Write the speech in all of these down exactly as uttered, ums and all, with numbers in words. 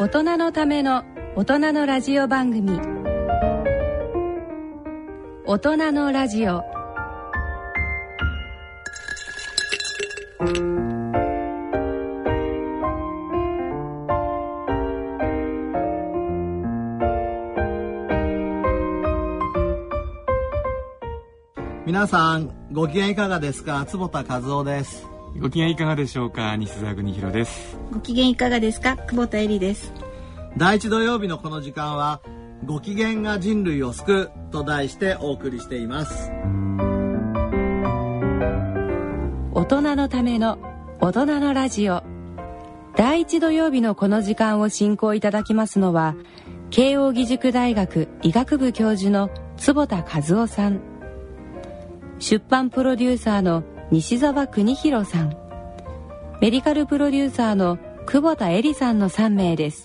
大人のための大人のラジオ番組、大人のラジオ。 皆さんご機嫌いかがですか？坪田和夫です。 ご機嫌いかがでしょうか？西澤邦弘です。 ご機嫌いかがですか？久保田恵里です。 第一土曜日のこの時間はご機嫌が人類を救うと題してお送りしています。 大人のための大人のラジオ。第一土曜日のこの時間を進行いただきますのは、慶應義塾大学医学部教授の坪田和夫さん、出版プロデューサーの西澤邦弘さん、メディカルプロデューサーの久保田恵里さんのさんめいです。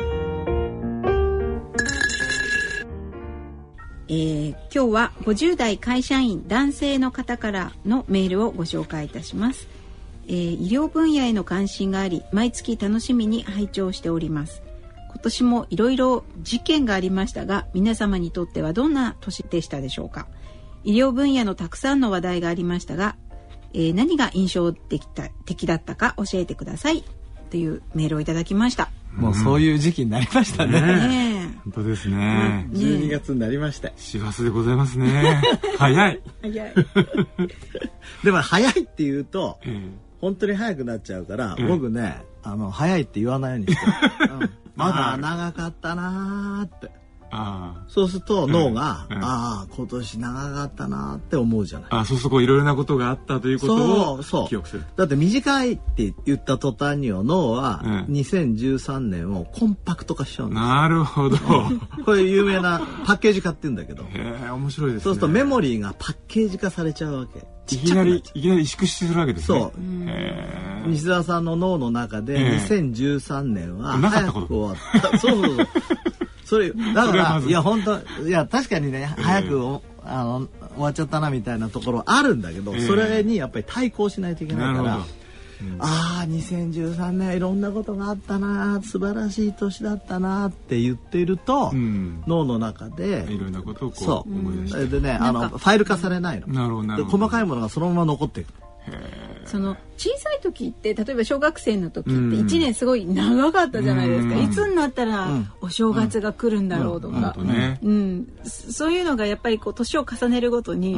えー、今日はごじゅう代会社員男性の方からのメールをご紹介いたします。えー、医療分野への関心があり、毎月楽しみに拝聴しております。今年もいろいろ事件がありましたが、皆様にとってはどんな年でしたでしょうか？医療分野のたくさんの話題がありましたが、えー、何が印象的だったか教えてくださいというメールをいただきました。 もうそういう時期になりましたね。 ね本当ですね。 じゅうにがつになりました。 師走でございますね。早い。 早い。 でも早いって言うと、 ええ、 本当に早くなっちゃうから、 ええ、 僕ね、あの早いって言わないようにしてる、うん、まだ長かったなーって。 あそうすると脳が、 うんうん、 ああ今年長かったなって思うじゃない。 あ、そうするといろいろなことがあったということを記憶する。 だって短いって言った途端には脳はにせんじゅうさんねんをコンパクト化しちゃうんです。 なるほど。 これ有名なパッケージ化って言うんだけど。 へえ、面白いですね。 そうするとメモリーがパッケージ化されちゃうわけ。 いきなりいきなり萎縮するわけですね。 そう。へ、西澤さんの脳の中でにせんじゅうさんねんは早く終わった。そうそうそう。それだからいや本当いや確かにね、早くおあの終わっちゃったなみたいなところあるんだけど、それにやっぱり対抗しないといけないから、うん、ああにせんじゅうさんねんいろんなことがあったな、素晴らしい年だったなって言っていると、うん、脳の中でいろんなことをこう思い出して、 それでね、あのファイル化されないの。 なるほどなるほど。 で細かいものがそのまま残っていく。 その小さい時って例えば小学生の時っていちねんすごい長かったじゃないですか、うん、いつになったらお正月が来るんだろうとか、 うんうんうん、そういうのがやっぱりこう年を重ねるごとに、うん、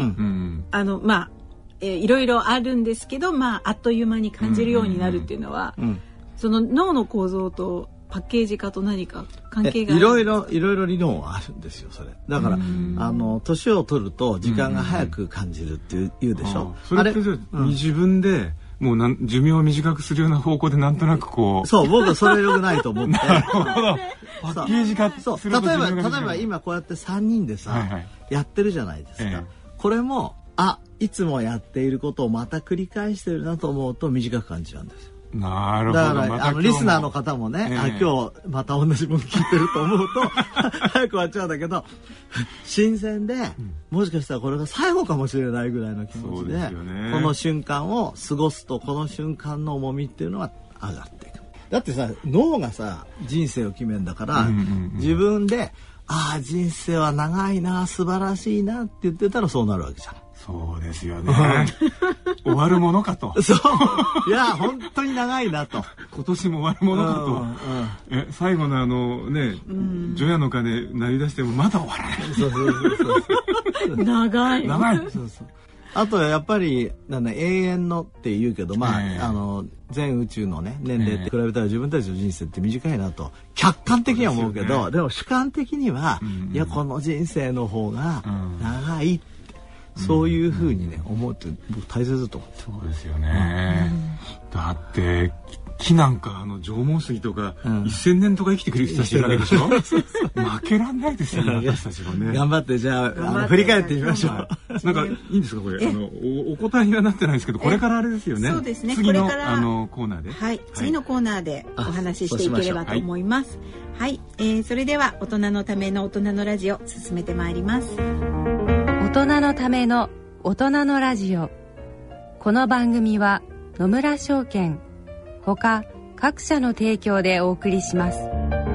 あのまあ、えー、いろいろあるんですけど、まあ、あっという間に感じるようになるっていうのは、うんうん、その脳の構造とパッケージ化と何か関係がある。 いろいろいろいろ理論はあるんですよ。それだからあの年を取ると時間が早く感じるっていう、言うでしょ。 それってじゃあ、うん、自分でもうなん寿命を短くするような方向でなんとなくこう。 そう、僕はそれ良くないと思って。 なるほど。パッケージ化すると。 そう、例えば例えば今こうやってさんにんでさ、はいはい、やってるじゃないですか。ええ、これもあいつもやっていることをまた繰り返してるなと思うと短く感じちゃうんですよ。 なるほど。 だから、ま、あのリスナーの方もね、えー、あ今日また同じもの聞いてると思うと早く終わっちゃうんだけど、新鮮で、うん、もしかしたらこれが最後かもしれないぐらいの気持ち で, で、ね、この瞬間を過ごすと、この瞬間の重みっていうのは上がっていく。だってさ、脳がさ人生を決めるんだから、うんうんうん、自分でああ人生は長いな、素晴らしいなって言ってたらそうなるわけじゃん。 そうですよね。終わるものかと。 そう。いや本当に長いなと。 今年も終わるものかと。うんうん、え最後のあのね、除夜の鐘鳴り出してもまだ終わらない。そうそうそうそう。長い。 長い。そうそう。あとやっぱりなんだ永遠のって言うけど、まあ、えー、あの全宇宙のね年齢って比べたら自分たちの人生って短いなと客観的には思うけど、で, ね、でも主観的には、うんうん、いやこの人生の方が長いって。そういうふうにね、思うって僕大切だと思って。 そうですよね。うん、だって木なんかあの縄文杉とか、うん、せんねんとか生きてくる人たちいるわけでしょ。負けらんないですよね、私たちもね。 頑張ってじゃあ、あの振り返ってみましょう。 なんかいいんですかこれ。あの お, お答えにはなってないですけど、これからあれですよね。 そうですね。 次のこれからあのコーナーで。 はい。次のコーナーでお話ししていければと思います。はい、はいえー。それでは大人のための大人のラジオ進めてまいります。 大人のための大人のラジオ。この番組は野村証券ほか各社の提供でお送りします。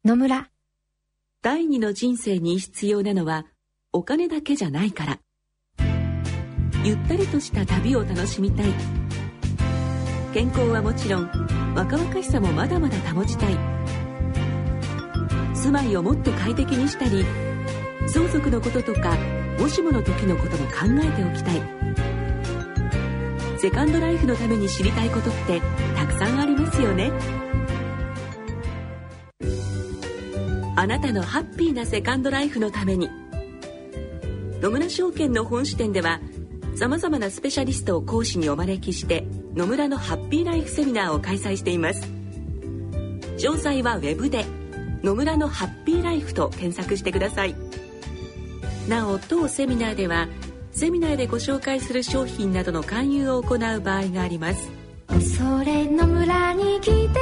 野村。 第二の人生に必要なのはお金だけじゃないから。ゆったりとした旅を楽しみたい。健康はもちろん若々しさもまだまだ保ちたい。住まいをもっと快適にしたり、相続のこととかもしもの時のことも考えておきたい。セカンドライフのために知りたいことってたくさんありますよね。あなたのハッピーなセカンドライフのために、野村証券の本支店ではさまざまなスペシャリストを講師にお招きして野村のハッピーライフセミナーを開催しています。詳細はウェブで野村のハッピーライフと検索してください。なお当セミナーではセミナーでご紹介する商品などの勧誘を行う場合があります。 それ野村に来てみよ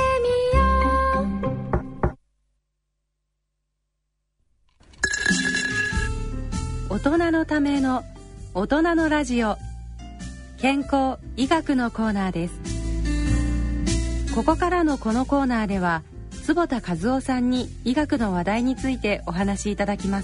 う。大人のための大人のラジオ、健康医学のコーナーです。ここからのこのコーナーでは坪田和夫さんに医学の話題についてお話しいただきます。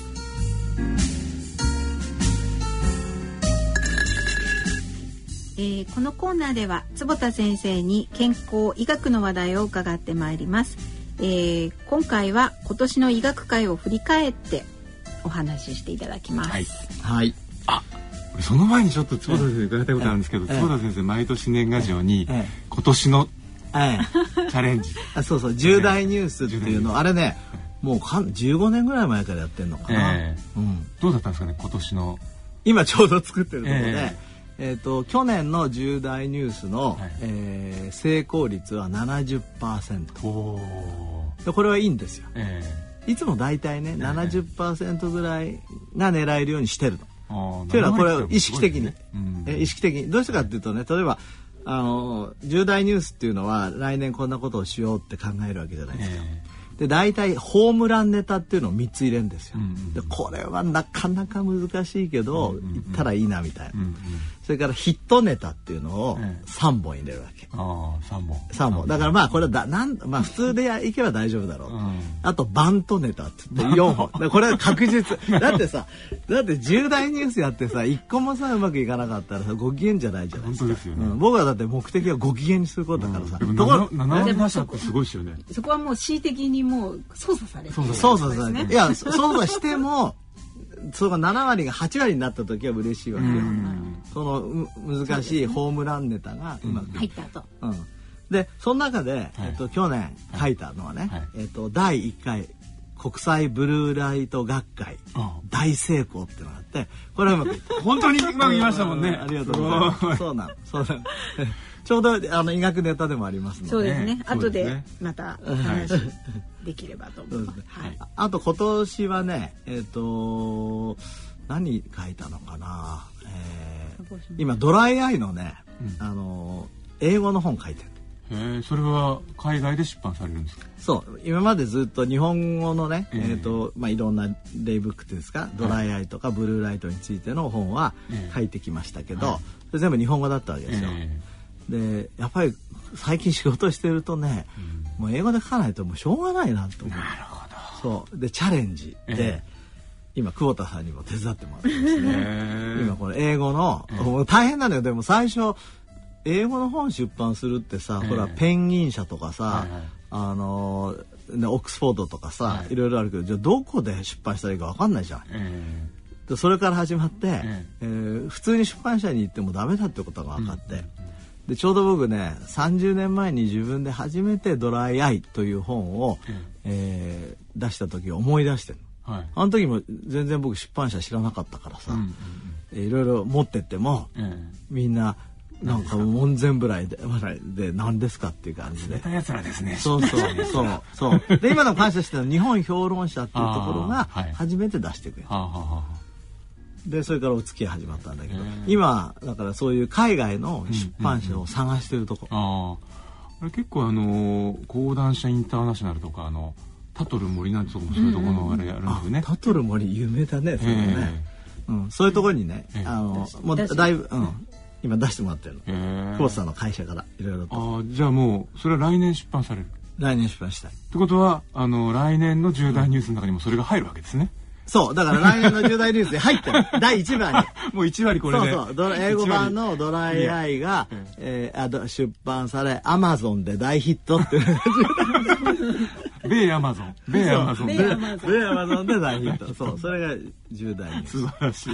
えー、このコーナーでは坪田先生に健康医学の話題を伺ってまいります。えー、今回は今年の医学界を振り返ってお話ししていただきます。 はい、 はい、 あ、その前にちょっと坪田先生伺いたいことあるんですけど、 ええ坪田先生毎年年賀状に、 ええ今年のええ、 チャレンジあ、そうそう、重大ニュースっていうの、 ええ、 あれね、もうかじゅうごねんぐらい前からやってんのかな、 ええ、 うん、 どうだったんですかね今年の。 今ちょうど作ってるところで、 ええー、と去年の重大ニュースの、 はい、 えー、成功率は ななじゅっパーセント。 おでこれはいいんですよ、 えいつも大体ね、 え、 ななじゅっパーセント ぐらいが狙えるようにしてるの。 ーというのはこれを意識的に、 ね、うん、 え意識的にどうしてかっていうとね、例えばあの重大ニュースっていうのは来年こんなことをしようって考えるわけじゃないですか、 えで大体ホームランネタっていうのをみっつ入れるんですよ、 うんうん、 でこれはなかなか難しいけど、 うんうんうん、 言ったらいいなみたいな、 うんうん、 それからヒットネタっていうのをさんぼん入れるわけ、 ああさんぼんさんぼんだからまあこれはだなんまあ普通でやいけば大丈夫だろう、うん、あとバントネタって言ってよんほんだこれは確実だってさだって重大ニュースやってさいっこもさうまくいかなかったらさご機嫌じゃないじゃないですか。 本当ですよね、 うん、僕はだって目的はご機嫌にすることだからさ、 うん、 ところななわり打者ってすごいですよね。 そこはもう恣意的にもう操作されてる、 そうそうそうそう、ね、いや操作してもそのななわりがはちわりになった時は嬉しいわけよ。その難しいホームランネタがうまく入ったと、 うん、でその中で、 はい、 えっと、去年書いたのはね、 はい、 えっと、だいいっかい国際ブルーライト学会大成功っていうのがあって、これはうまくいった本当にうまくいきましたもんね。 ありがとうございます。そうなのそうなのちょうどあの医学ネタでもありますので、 そうですね、 ね、 後でまたお話できればと思います。 はい、あと今年はね、えっと何書いたのかな、えー、今ドライアイのね、うん、あの英語の本書いてる。 へえ、それは海外で出版されるんですか。 そう今までずっと日本語のね、えー、えーとまあ、いろんなレイブックっていうんですか、ドライアイとかブルーライトについての本は書いてきましたけど、はい、それ全部日本語だったわけですよ、えー、でやっぱり最近仕事してるとね、うん、もう英語で書かないともうしょうがないなと思う。 なるほど。 そうでチャレンジで、えー今久保田さんにも手伝ってもらってますね。今これ英語の、もう大変なのよ。でも最初英語の本出版するってさ、ほらペンギン社とかさ、あのねオックスフォードとかさ、いろいろあるけど、じゃあどこで出版したらいいか分かんないじゃん。でそれから始まって、えー、普通に出版社に行ってもダメだってことが分かって、でちょうど僕ねさんじゅうねんまえに自分で初めてドライアイという本を、えー、出した時を思い出してる。はい、あの時も全然僕出版社知らなかったからさ、うんうんうん、いろいろ持ってっても、うん、みんななんか門前払いでで何ですかっていう感じで。 冷たいやつらですね。 そうそうそうそう。で今の感謝してるの日本評論者っていうところが初めて出してくれた。はい、でそれからお付き合い始まったんだけど、今だからそういう海外の出版社を探してるとこ。 うんうんうん、ああれ結構あの講談社インターナショナルとかあの。タトル森なんてとこもそういうところのあれやるんですよね。 タトル森有名だね。それね、えーうん、そういうところにね、えー、あのもうだいぶ、うん、今出してもらってるの。久保田さんの会社からいろいろと。 あじゃあもうそれは来年出版される。 来年出版したい。 ってことはあの来年の重大ニュースの中にもそれが入るわけですね。 そうだから来年の重大ニュースで入ってるだいいちばんにもういち割これで、 そうそう英語版のドライアイが、えー、あ出版されアマゾンで大ヒットっていう米アマゾン米アマゾン米アマゾン米アマゾンで大ヒットそうそれが重大ニュース。 素晴らしい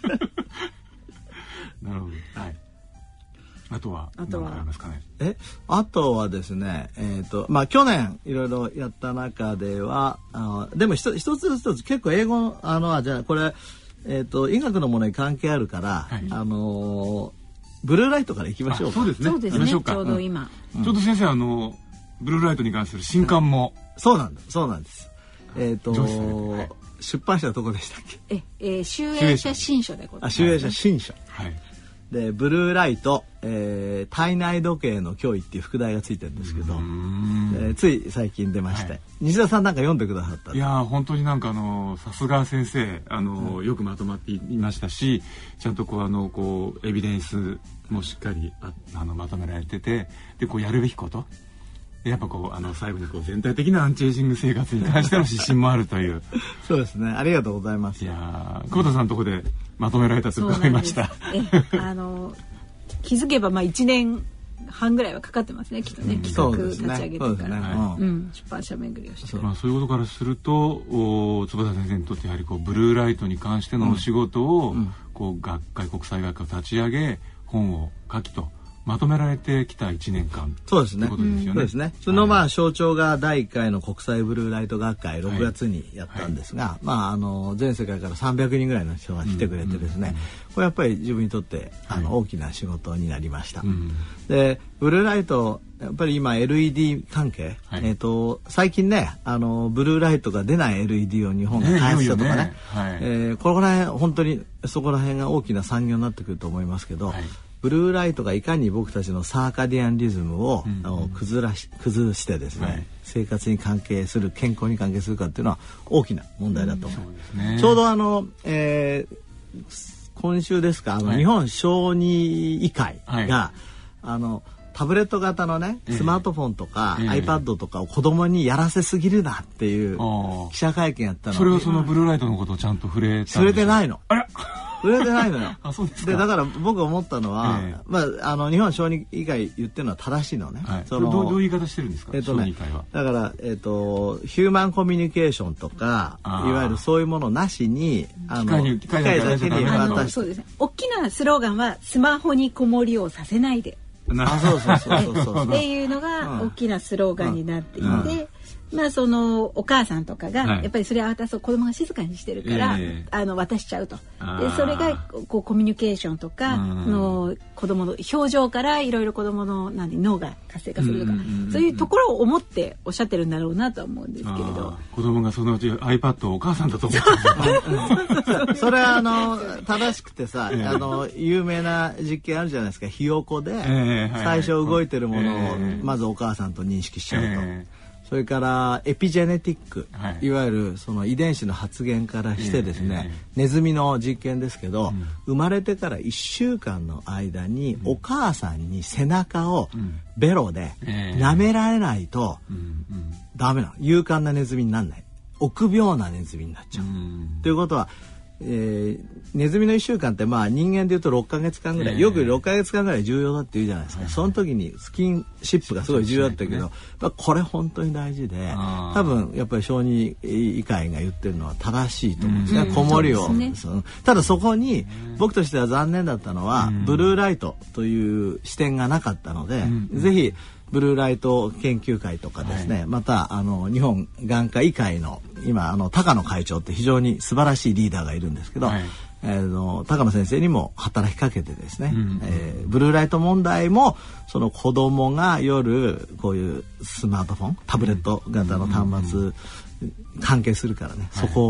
なるほど。はい。あとはあとは何かありますかね。 えあとはですね、えーとまあ、去年いろいろやった中ではあでも一つ一つ一つ結構英語あのあじゃあこれ、えーと医学のものに関係あるから、はい、あのブルーライトからいきましょうか。 そうですね。 そうですね。ちょうど今、 うん、ちょうど先生あのブルーライトに関する新刊も、 うん、そうなんだそうなんです。えっ、ー、と、はい、出版社はどこでしたっけ。 え、えー、集英社新書でございます。 あ、集英社新書。 はい。 でブルーライト、えー、体内時計の脅威っていう副題がついてるんですけど、えー、つい最近出まして、はい、西田さんなんか読んでくださった。 いや本当になんかあのさすが先生あの、うん、よくまとまっていましたし、ちゃんとこうあのこうエビデンスもしっかりああのまとめられてて、でこうやるべきことやっぱこうあの最後にこう全体的なアンチエイジング生活に関しての指針もあるというそうですね、ありがとうございます。 いや久保田さんのところでまとめられたと伺いました。 えあの気づけばまあいちねんはんぐらいはかかってますねきっとね、うん、企画立ち上げてから、ねはいうん、出版社巡りをして、 まあ、そういうことからすると坪田先生にとってやはりこうブルーライトに関してのお仕事を、うん、こう学会国際学会を立ち上げ本を書きとまとめられてきたいちねんかんそうですね。 ということですよね。 そうですね。そのまあ象徴がだいいっかいの国際ブルーライト学会ろくがつにやったんですが、はい、まああの全世界からさんびゃくにんぐらいの人が来てくれてですね、うんうんうん、これやっぱり自分にとってあの、はい、大きな仕事になりました。うん、でブルーライトやっぱり今 エルイーディー 関係、はい、えっ、ー、と最近ねあのブルーライトが出ない エルイーディー を日本が開発したとかね、ねはい、えー、ここら辺本当にそこら辺が大きな産業になってくると思いますけど。はい、ブルーライトがいかに僕たちのサーカディアンリズムを、うんうん、崩らし崩してですね、はい、生活に関係する健康に関係するかっていうのは大きな問題だと思う。うん、そうですね、ちょうどあの、えー、今週ですかあの、はい、日本小児医会が、はい、あのタブレット型のねスマートフォンとか、えー、iPad とかを子供にやらせすぎるなっていう記者会見やったの。 それはそのブルーライトのことをちゃんと触れたんでしょう。 触れてないの。 あれ触れてないのよ。 あ、そうですか。 でだから僕思ったのは、えー、まああの日本小児医会言ってるのは正しいのね。 はい、そのどうどういう言い方してるんですか。えっとね、小児医会は。 だからえっとヒューマンコミュニケーションとかいわゆるそういうものなしにあの機械だけに渡して。 そうですね。大きなスローガンはスマホに子守りをさせないで。 あ、そうそうそうそうそう。 っていうのが大きなスローガンになっていて。うんうんまあそのお母さんとかがやっぱりそれは渡すと子供が静かにしてるから、えー、あの渡しちゃうと。でそれがこうコミュニケーションとかの子供の表情からいろいろ子供のなんで脳が活性化するとかそういうところを思っておっしゃってるんだろうなとは思うんですけれど。 子供がそのうち iPad をお母さんだと思ってそれはあの正しくてさ、えー、あの有名な実験あるじゃないですか。ひよこで最初動いてるものをまずお母さんと認識しちゃうと。えーそれからエピジェネティック、はい、いわゆるその遺伝子の発現からしてですね、えー、ネズミの実験ですけど、うん、生まれてからいっしゅうかんの間に、うん、お母さんに背中をベロで舐められないとダメなの。勇敢なネズミにならない。臆病なネズミになっちゃう。うん、ということはえー、ネズミのいっしゅうかんってまあ人間でいうとろっかげつかんぐらい、えー、よくろっかげつかんぐらい重要だって言うじゃないですか、はい、その時にスキンシップがすごい重要だったけど、ね、まあ、これ本当に大事で多分やっぱり小児医会が言ってるのは正しいと思うんですね、うん、子守を、ね、そのただそこに僕としては残念だったのは、うん、ブルーライトという視点がなかったので、うん、ぜひブルーライト研究会とかですね、はい、またあの日本眼科医会の今あの高野会長って非常に素晴らしいリーダーがいるんですけど、はい、えー、の高野先生にも働きかけてですね、うん、えー、ブルーライト問題もその子供が夜こういうスマートフォンタブレット型の端末関係するからね、はい、そこを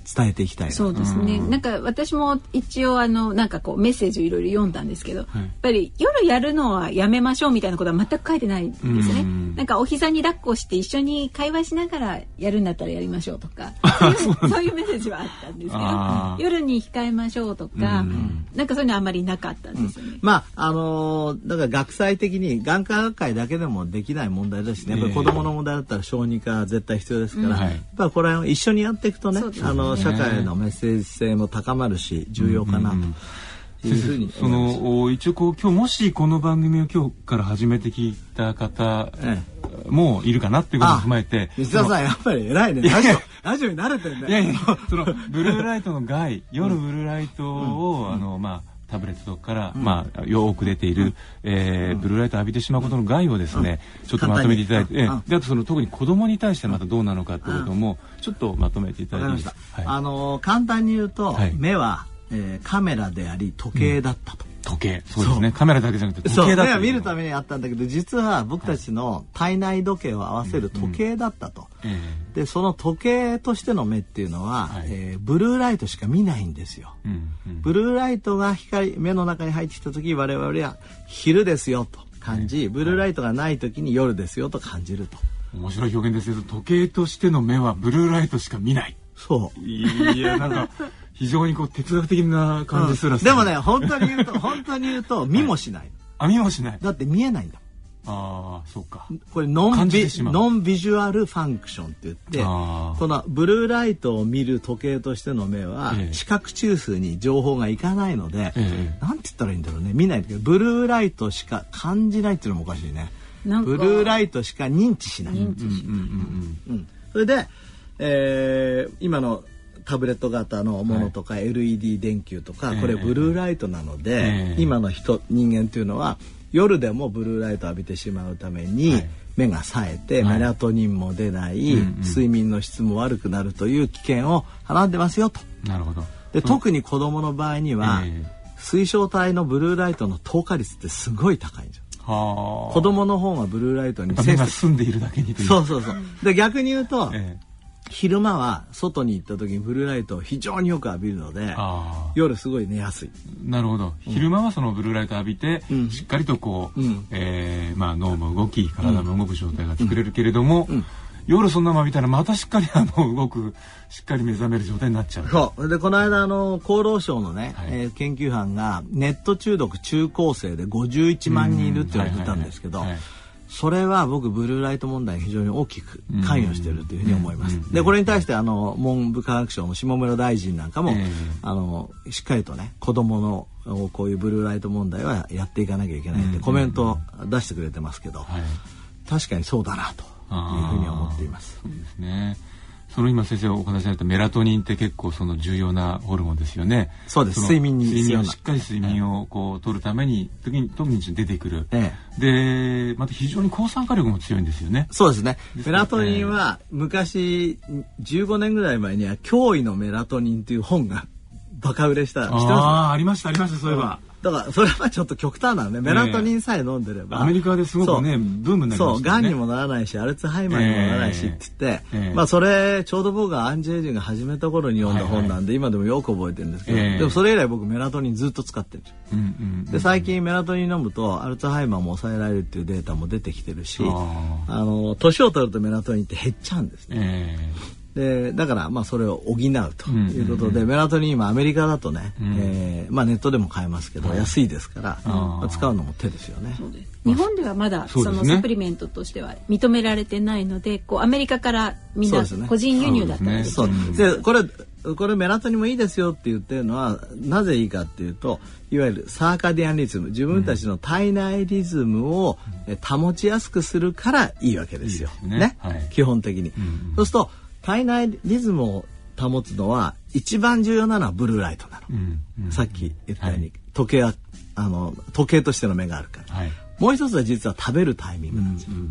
伝えていきたい。 そうですね、うん、なんか私も一応あのなんかこうメッセージをいろいろ読んだんですけど、はい、やっぱり夜やるのはやめましょうみたいなことは全く書いてないんですね、うん、なんかお膝に抱っこして一緒に会話しながらやるんだったらやりましょうとかそういう、そういうメッセージはあったんですけど夜に控えましょうとか、うん、なんかそういうのはあんまりなかったんですよね、うん、 まああのー、だから学際的に眼科学会だけでもできない問題ですしね、やっぱり子どもの問題だったら小児科絶対必要ですから、うん、やっぱりこれを一緒にやっていくとね、あの社会へのメッセージ性も高まるし重要かなというふうにその一応こう今日もしこの番組を今日から始めて聞いた方もいるかなっていうことを踏まえて、 水田さんやっぱり偉いね、ラジオラジオに慣れてるね。 いやいやそのブルーライトの害、夜ブルーライトを、うん、あのまあタブレットから、うん、まあよく出ている、えーうん、ブルーライトを浴びてしまうことの害をですね、うん、ちょっとまとめていただいて、うん、であとその特に子供に対してまたどうなのかということもちょっとまとめていただいていいですか。 はい、あのー、簡単に言うと、はい、目は、えー、カメラであり時計だったと。 うん時計、そうですね。カメラだけじゃなくて時計だった。 そう、目を見るためにあったんだけど、実は僕たちの体内時計を合わせる時計だったと。うんうん、で、その時計としての目っていうのは、はい、えー、ブルーライトしか見ないんですよ。うんうん、ブルーライトが光目の中に入ってきた時、我々は昼ですよと感じ、ブルーライトがない時に夜ですよと感じると。 面白い表現ですけど、時計としての目はブルーライトしか見ない。 そう。 いや、なんか。非常にこう哲学的な感じすらする、うん、でもね本当に言うと本当に言うと見もしない、はい、 あ見もしない。 だって見えないんだもん。ああそうか。 これノンビノンビジュアルファンクションって言って、このブルーライトを見る時計としての目は、ええ、視覚中枢に情報がいかないので、ええ、なんて言ったらいいんだろうね、見ないけどブルーライトしか感じないっていうのもおかしいね。ブルーライトしか認知しない。認知しない。それで、えー、今のタブレット型のものとか エルイーディー 電球とか、はい、これブルーライトなので、えー、今の人人間というのは夜でもブルーライトを浴びてしまうために、はい、目が冴えて、はい、メラトニンも出ない、うんうん、睡眠の質も悪くなるという危険をはらんでますよと。 なるほど。 で特に子どもの場合には、えー、水晶体のブルーライトの透過率ってすごい高いんですよ。は子どもの方がブルーライトに目が澄んでいるだけにという。 そうそうそう。で逆に言うと、えー昼間は外に行った時にブルーライトを非常によく浴びるので夜すごい寝やすい。 なるほど。昼間はそのブルーライトを浴びて、うん、しっかりとこう、うんえーまあ、脳も動き体も動く状態が作れるけれども、うんうん、夜そんなの浴びたらまたしっかりあの動くしっかり目覚める状態になっちゃう。 そうでこの間あの厚労省のね、はいえー、研究班がネット中毒中高生でごじゅういちまんにんいるって言われてたんですけど、それは僕ブルーライト問題に非常に大きく関与しているというふうに思います。でこれに対してあの文部科学省の下村大臣なんかも、えー、あのしっかりとね子どものこういうブルーライト問題はやっていかなきゃいけないんでコメントを出してくれてますけど、はい、確かにそうだなというふうに思っています。 そうですね。その今先生お話しされたメラトニンって結構その重要なホルモンですよね。 そうです。睡眠に必要な。しっかり睡眠をこう取るために特に特に出てくる。ええ、でまた非常に抗酸化力も強いんですよね。 そうですね。メラトニンは昔じゅうごねんぐらい前には驚異のメラトニンという本がバカ売れした。 ああありましたありましたそういえば。 だからそれはちょっと極端なのね。メラトニンさえ飲んでれば、 えー、アメリカですごくねブームになりましたね。そうがんにもならないしアルツハイマーにもならないしって言って、えーえー、まあそれちょうど僕がアンジェイジンが始めた頃に読んだ本なんで、はいはい、今でもよく覚えてるんですけど、えー、でもそれ以来僕メラトニンずっと使ってるんですよ、うんうんうん、で最近メラトニン飲むとアルツハイマーも抑えられるっていうデータも出てきてるし、あの年を取るとメラトニンって減っちゃうんですね、えーでだからまあそれを補うということで、うんうんうん、メラトニン今アメリカだとね、うんえーまあ、ネットでも買えますけど、はい、安いですから、まあ、使うのも手ですよね。 そうです。日本ではまだそのサプリメントとしては認められてないので、こうアメリカからみんな個人輸入だったんです。 そうですね。そうでこれこれメラトニンもいいですよって言ってるのはなぜいいかっていうと、いわゆるサーカディアンリズム、自分たちの体内リズムを保ちやすくするからいいわけですよ、いいですね、ね、はい、基本的に、うんうん、そうすると体内リズムを保つのは一番重要なのはブルーライトなの、うんうん、さっき言ったように、はい、時計はあの時計としての目があるから、はい、もう一つは実は食べるタイミングなんですよ、うんうんうん、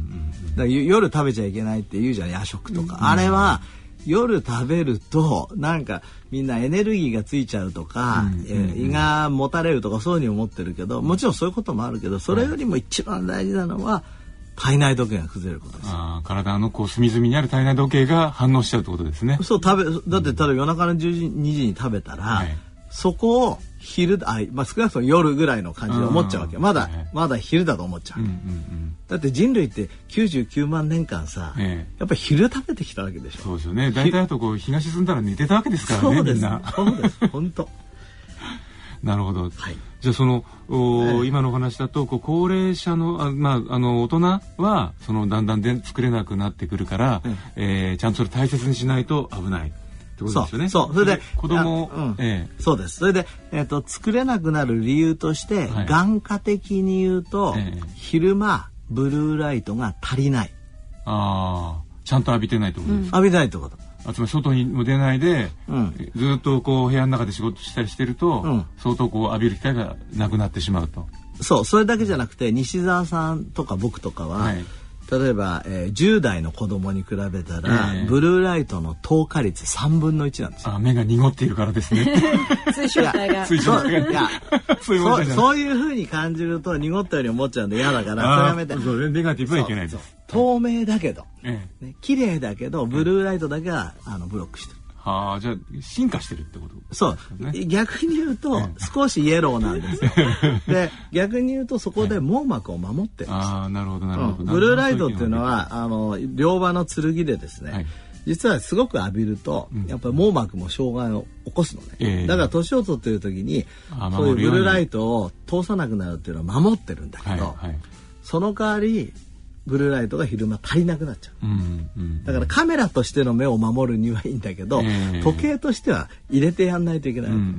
だから夜食べちゃいけないって言うじゃん、夜食とか、うんうん、あれは夜食べるとなんかみんなエネルギーがついちゃうとか、うんうんうん、えー、胃がもたれるとかそういうふうに思ってるけど、もちろんそういうこともあるけど、それよりも一番大事なのは体内時計が崩れることです。 あ体のこう隅々にある体内時計が反応しちゃうってことですね。 そう食べだって例えば夜中のじゅうじにじに食べたら、はい、そこを昼あ、まあ、少なくとも夜ぐらいの感じで思っちゃうわけ。まだ、はい、まだ昼だと思っちゃう。うんうんうん、だって人類ってきゅうじゅうきゅうまんねんかんさ、ええ、やっぱり昼食べてきたわけでしょ。 そうですよね。大体あとこう日が沈んだら寝てたわけですからね。 そうですみんな。 そうです本当。 なるほど、はい、 じゃあその、はい、今のお話だとこう高齢者のあ、まあ、あの大人はそのだんだんで作れなくなってくるから、うんえー、ちゃんとそれ大切にしないと危ないってことですよね。 そうそうそれで子供、 うんええ、 そうです。それで、えー、と作れなくなる理由として、はい、眼科的に言うと、ええ、昼間ブルーライトが足りない。 ああちゃんと浴びてないってことですか、 うん、浴びてないってこと。 つまり外にも出ないで、うん、ずっとこう部屋の中で仕事したりしてると、うん、相当こう浴びる機会がなくなってしまうと。 そうそれだけじゃなくて西澤さんとか僕とかは、はい、例えば、えー、じゅう代の子供に比べたら、えー、ブルーライトの透過率さんぶんのいちなんですよ。 あ目が濁っているからですね。 水晶体が水晶体がいやそういうそうそういう風に感じると濁ったように思っちゃうんで嫌だからそれやめて。 そうネガティブはいけないです。 透明だけど、 ええね、綺麗だけどブルーライトだけはあのブロックしてる。 はあじゃあ進化してるってこと、 そう、ね、逆に言うと、ええ、少しイエローなんですよ。で逆に言うとそこで網膜を守ってるんです。 ああなるほどなるほど、うん、 ブルーライトっていうのはあの両刃の剣でですね、はい、実はすごく浴びると、うん、やっぱり網膜も障害を起こすのね、ええ、だから年を取ってる時にそういうブルーライトを通さなくなるっていうのは守ってるんだけど、はいはい、その代わりブルーライトが昼間足りなくなっちゃう、うんうん、だからカメラとしての目を守るにはいいんだけど、えー、時計としては入れてやんないといけない、うんうんうん、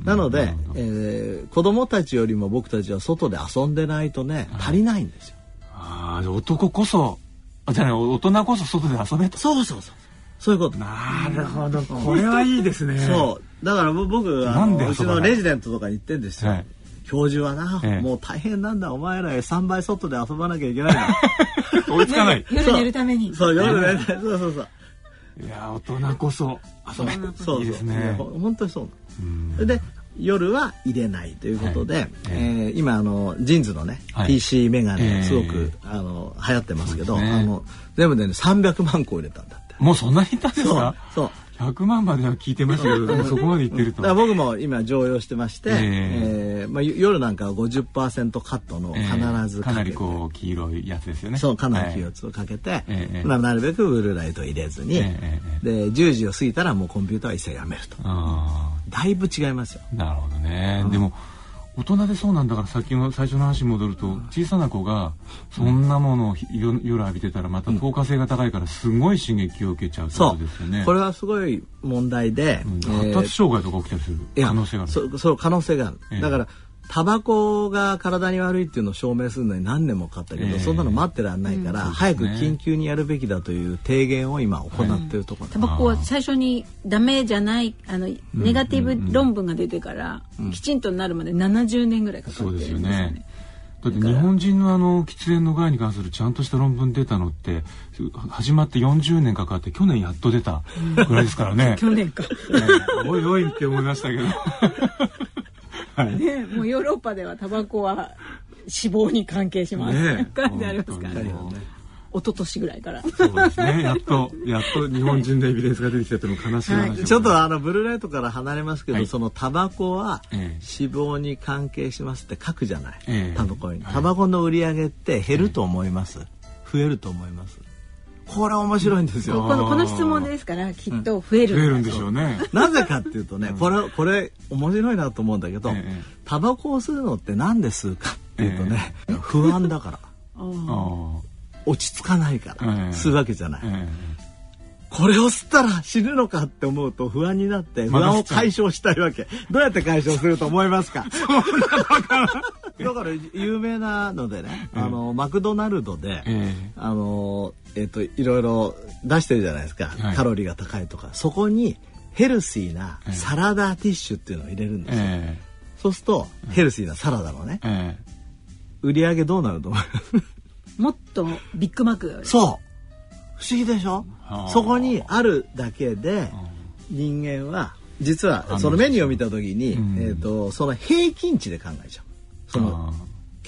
なのでな、えー、子供たちよりも僕たちは外で遊んでないとね足りないんですよ。 ああ男こそあじゃあ、ね、大人こそ外で遊べと。 そうそうそうそういうこと。 なるほどこれはいいですね。 そうだから僕あのうちのレジデントとかに行ってんですよ、はい教授はな、ええ、もう大変なんだお前らさんばい外で遊ばなきゃいけないの追いつかない。 夜寝るためにそう夜寝るためにそうそうそういや大人こそ遊べそういいですね。本当にそうなの。で夜は入れないということで、はいえーえー、今あのジーンズのね、はい、ピーシー メガネすごく、えー、あの流行ってますけど、ね、あの全部で、ね、さんびゃくまんこ入れたんだって。 もうそんなにいったんですか。 そうそうひゃくまんまでは聞いてましたけどそこまでいってると。 だから僕も今常用してまして、えーえーまあ、夜なんかは ごじゅっパーセント カットの必ずかけて、えー、かなりこう黄色いやつですよね。 そうかなり黄色いやつをかけて、えーまあ、なるべくブルーライトを入れずに、えー、でじゅうじを過ぎたらもうコンピューターは一切やめると。あだいぶ違いますよ。 なるほどね、うん、でも大人でそうなんだからさっきの最初の話に戻ると小さな子がそんなものを夜浴びてたらまた透過性が高いからすごい刺激を受けちゃうってことですよね。 そうこれはすごい問題で、 うんえー、発達障害とか起きたりする可能性がある。 そそう可能性がある、えー、だからタバコが体に悪いっていうのを証明するのに何年もかかったけど、えー、そんなの待ってらんないから、うん、早く緊急にやるべきだという提言を今行っているところ、はい、 タバコは最初にダメじゃないあのネガティブ論文が出てから、うんうん、きちんとなるまでななじゅうねんぐらいかかってるんですよね。そうですよね。 だって日本人のあの喫煙の害に関するちゃんとした論文出たのって始まってよんじゅうねんかかって去年やっと出たぐらいですからね。 去年か、ね、 おいおいって思いましたけどはいね、もうヨーロッパではタバコは死亡に関係します、ね、書いてありますからね。一昨年ぐらいからそうですねやっとやっと日本人のエビデンスが出てきたというの悲しい話、はい、 ちょっとあのブルーライトから離れますけど、はい、そのタバコは死亡に関係しますって書くじゃない、えー、タバコに、はい、タバコの売り上げって減ると思います、えー、増えると思います。これ面白いんですよ。 このこの質問ですからきっと増える、 うん、増えるんでしょうね。 なぜかっていうとね、これこれ面白いなと思うんだけど、ええ、タバコを吸うのってなんで吸うかっていうとね、え、不安だから落ち着かないから、吸うわけじゃない、これを吸ったら死ぬのかって思うと不安になって不安を解消したいわけ。どうやって解消すると思いますか？だから有名なのでね、あのマクドナルドで、あのえっといろいろ出してるじゃないですか、はい、カロリーが高いとか。そこにヘルシーなサラダティッシュっていうのを入れるんですよ、えー、そうするとヘルシーなサラダのね、えー、売り上げどうなると思いますもっとビッグマック。 そう不思議でしょ。そこにあるだけで人間は実はそのメニューを見た時に、うん、えーとその平均値で考えちゃう。その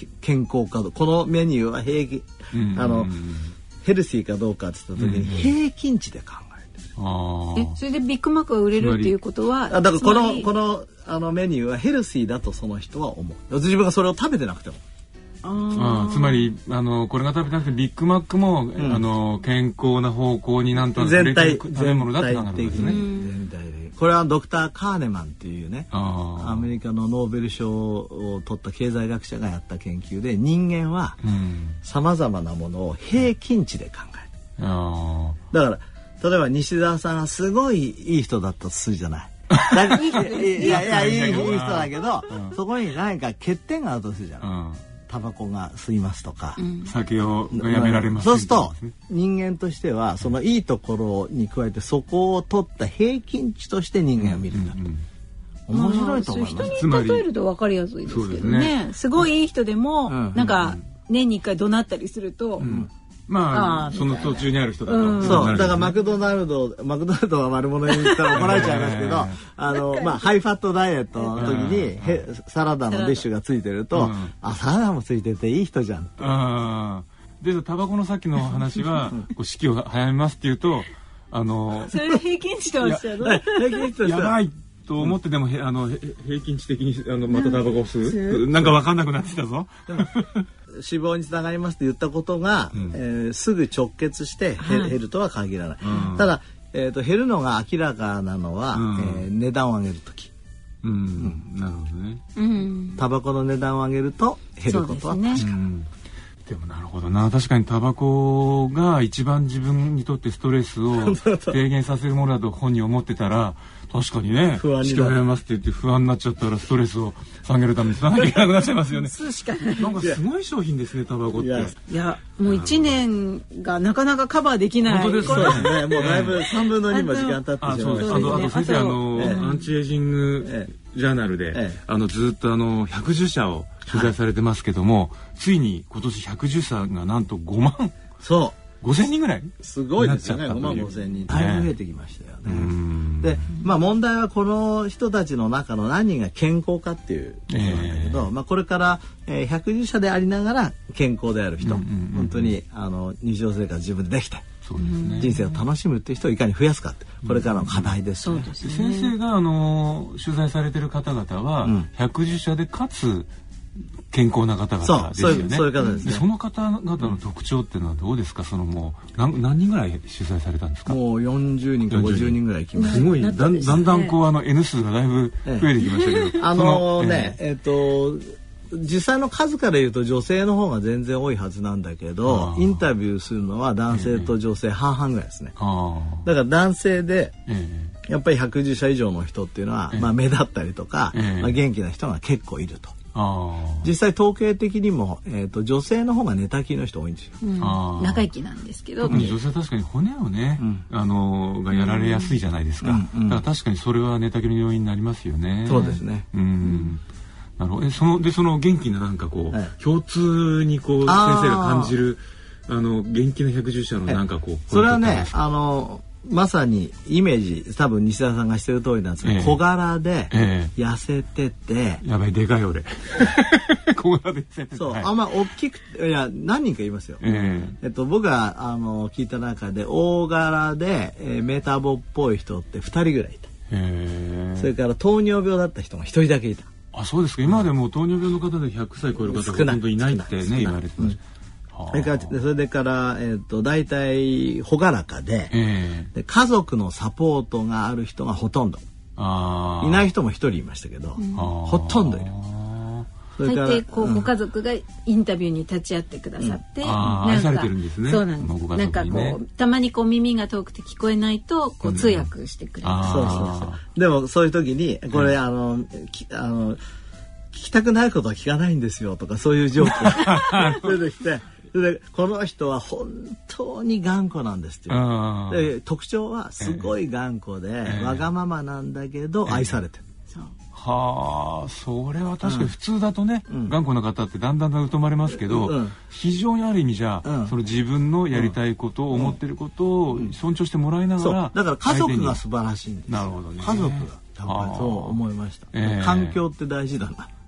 健康かどこのメニューは平均、うん、あのヘルシーかどうかって言った時に平均値で考えてる、うん、 えそれでビッグマックが売れるっていうことはだからこのこのあのメニューはヘルシーだとその人は思う。自分がそれを食べてなくてもああつまりあのこれが食べたくてビッグマックも、うん、あの健康な方向になんとなく全体食べ物だって考えるんですね。 全体的これはドクター・カーネマンっていうねアメリカのノーベル賞を取った経済学者がやった研究で人間はさまざまなものを平均値で考える、うん、だから例えば西澤さんがすごいいい人だったとするじゃないだいやいやいい人だけど、うん、そこに何か欠点があるとするじゃない、うんタバコが吸いますとか、うん、 酒をやめられます、 そうすると人間としてはそのいいところに加えてそこを取った平均値として人間を見るんだと、うんうんうん、面白いと思います。 人に例えると分かりやすいですけど ね, ねすごいいい人でも、うん、なんか年にいっかい怒鳴ったりすると、うんまあ、あその途中にある人だと、 うん、そうだからマクドナルドマクドナルドは悪者に言ったら怒られちゃいますけどあの、まあ、ハイファットダイエットの時にへサラダのディッシュがついてると、うん、あサラダもついてていい人じゃんあでタバコのさっきの話はこう式を早めますっていうとあのそれ平均値とはしてやばいと思ってでも、うん、あの平均値的にあのまたタバコを吸う、うん、なんか分かんなくなってきたぞ脂肪につながりますって言ったことが、うんえー、すぐ直結して減、はい、減るとは限らない、うん、ただ、えーと、減るのが明らかなのは、うんえー、値段を上げるとき、 うんうん、なるほどね、 うん、タバコの値段を上げると減ることは確かに、ねうん、 でもなるほどな確かにタバコが一番自分にとってストレスを低減させるものだと本人思ってたら確かにね不安になりますって言って不安になっちゃったらストレスを下げるために吸わなきゃいけなくなっちゃいますよね吸うしかないなんかすごい商品ですねタバコって。いや、 いやもういちねんがなかなかカバーできない。 本当ですそうですねもうだいぶさんぶんのにも時間経ってしまいました。 あと、あと先生あの、ええ、アンチエイジングジャーナルで、ええ、あのずっとあのひゃくじゅっしゃを取材されてますけども、はい、ついに今年ひゃくじゅっしゃがなんとごまんそうごせんにんぐらいすごいですよね。ごまんごせんにんだいぶ増えてきましたよね。で、まあ問題はこの人たちの中の何人が健康かっていうことなんだけど、えー、まあこれから、えー、ひゃくじゅっしゃでありながら健康である人、うんうんうん、本当にあの日常生活自分でできて、そうですね、人生を楽しむっていう人をいかに増やすかってこれからの課題ですね。 そうですね。先生があの取材されてる方々は、うん、ひゃくじゅっしゃでかつ健康な方々ですよね。そう、 そういう方ですね。 その方々の特徴っていうのはどうですか。そのもう何何人ぐらい取材されたんですか。 もうよんじゅうにんかごじゅうにんぐらい来ました。 すごいだんだんだんこうあの N 数がだいぶ増えてきましたけど。 あのねえっと実際の数から言うと女性の方が全然多いはずなんだけど、インタビューするのは男性と女性半々ぐらいですね。だから男性でやっぱりひゃくじゅっしゃ以上の人っていうのはまあ目立ったりとか、まあ元気な人が結構いると。あ実際統計的にも、えー、と女性の方が寝たきりの人多いんですよ、うん、 あ長生きなんですけど特に女性は確かに骨をね、うん、あのがやられやすいじゃないですか、うんうん、だから確かにそれは寝たきりの要因になりますよね。 そうですね、うん、 なるほど。えそのでその元気ななんかこう、はい、共通にこう先生が感じるあの元気なひゃくじゅっしゃのなんかこうそれはねあのまさにイメージ多分西田さんがしてる通りなんですけど、ええ、小柄で痩せてて、ええ、やばいでかい俺小柄で痩せててそう、はい、あんま大きくいや何人かいますよ、えええっと、僕があの聞いた中で大柄で、えー、メタボっぽい人ってふたりぐらいいた、ええ、それから糖尿病だった人がひとりだけいた。 あそうですか。今までも糖尿病の方でひゃくさい超える方がほとんどいないってね言われてました。 それからそれから、えー、と大体朗らか で,、えー、で家族のサポートがある人がほとんどあいない人も一人いましたけど、うん、ほとんどいる。 それから大抵こう、うん、ご家族がインタビューに立ち会ってくださって、うん、 あ愛されてるんですね。 そうなんです、ね、なんかこうたまにこう耳が遠くて聞こえないとこう通訳してくれる、うん、 そうそうそうでもそういう時にこれ、うん、あのあの聞きたくないことは聞かないんですよとかそういうジョークが出てきてでこの人は本当に頑固なんですっていうで特徴はすごい頑固で、えー、わがままなんだけど愛されてる、えー、そうはあそれは確かに普通だとね、うん、頑固な方ってだんだんだん疎まれますけど、うん、非常にある意味じゃ、うん、その自分のやりたいこと、うん、思ってることを尊重してもらいながら、 そうだから家族が素晴らしいんです。 なるほどね。 家族がやっぱりそう思いました、えー、環境って大事だな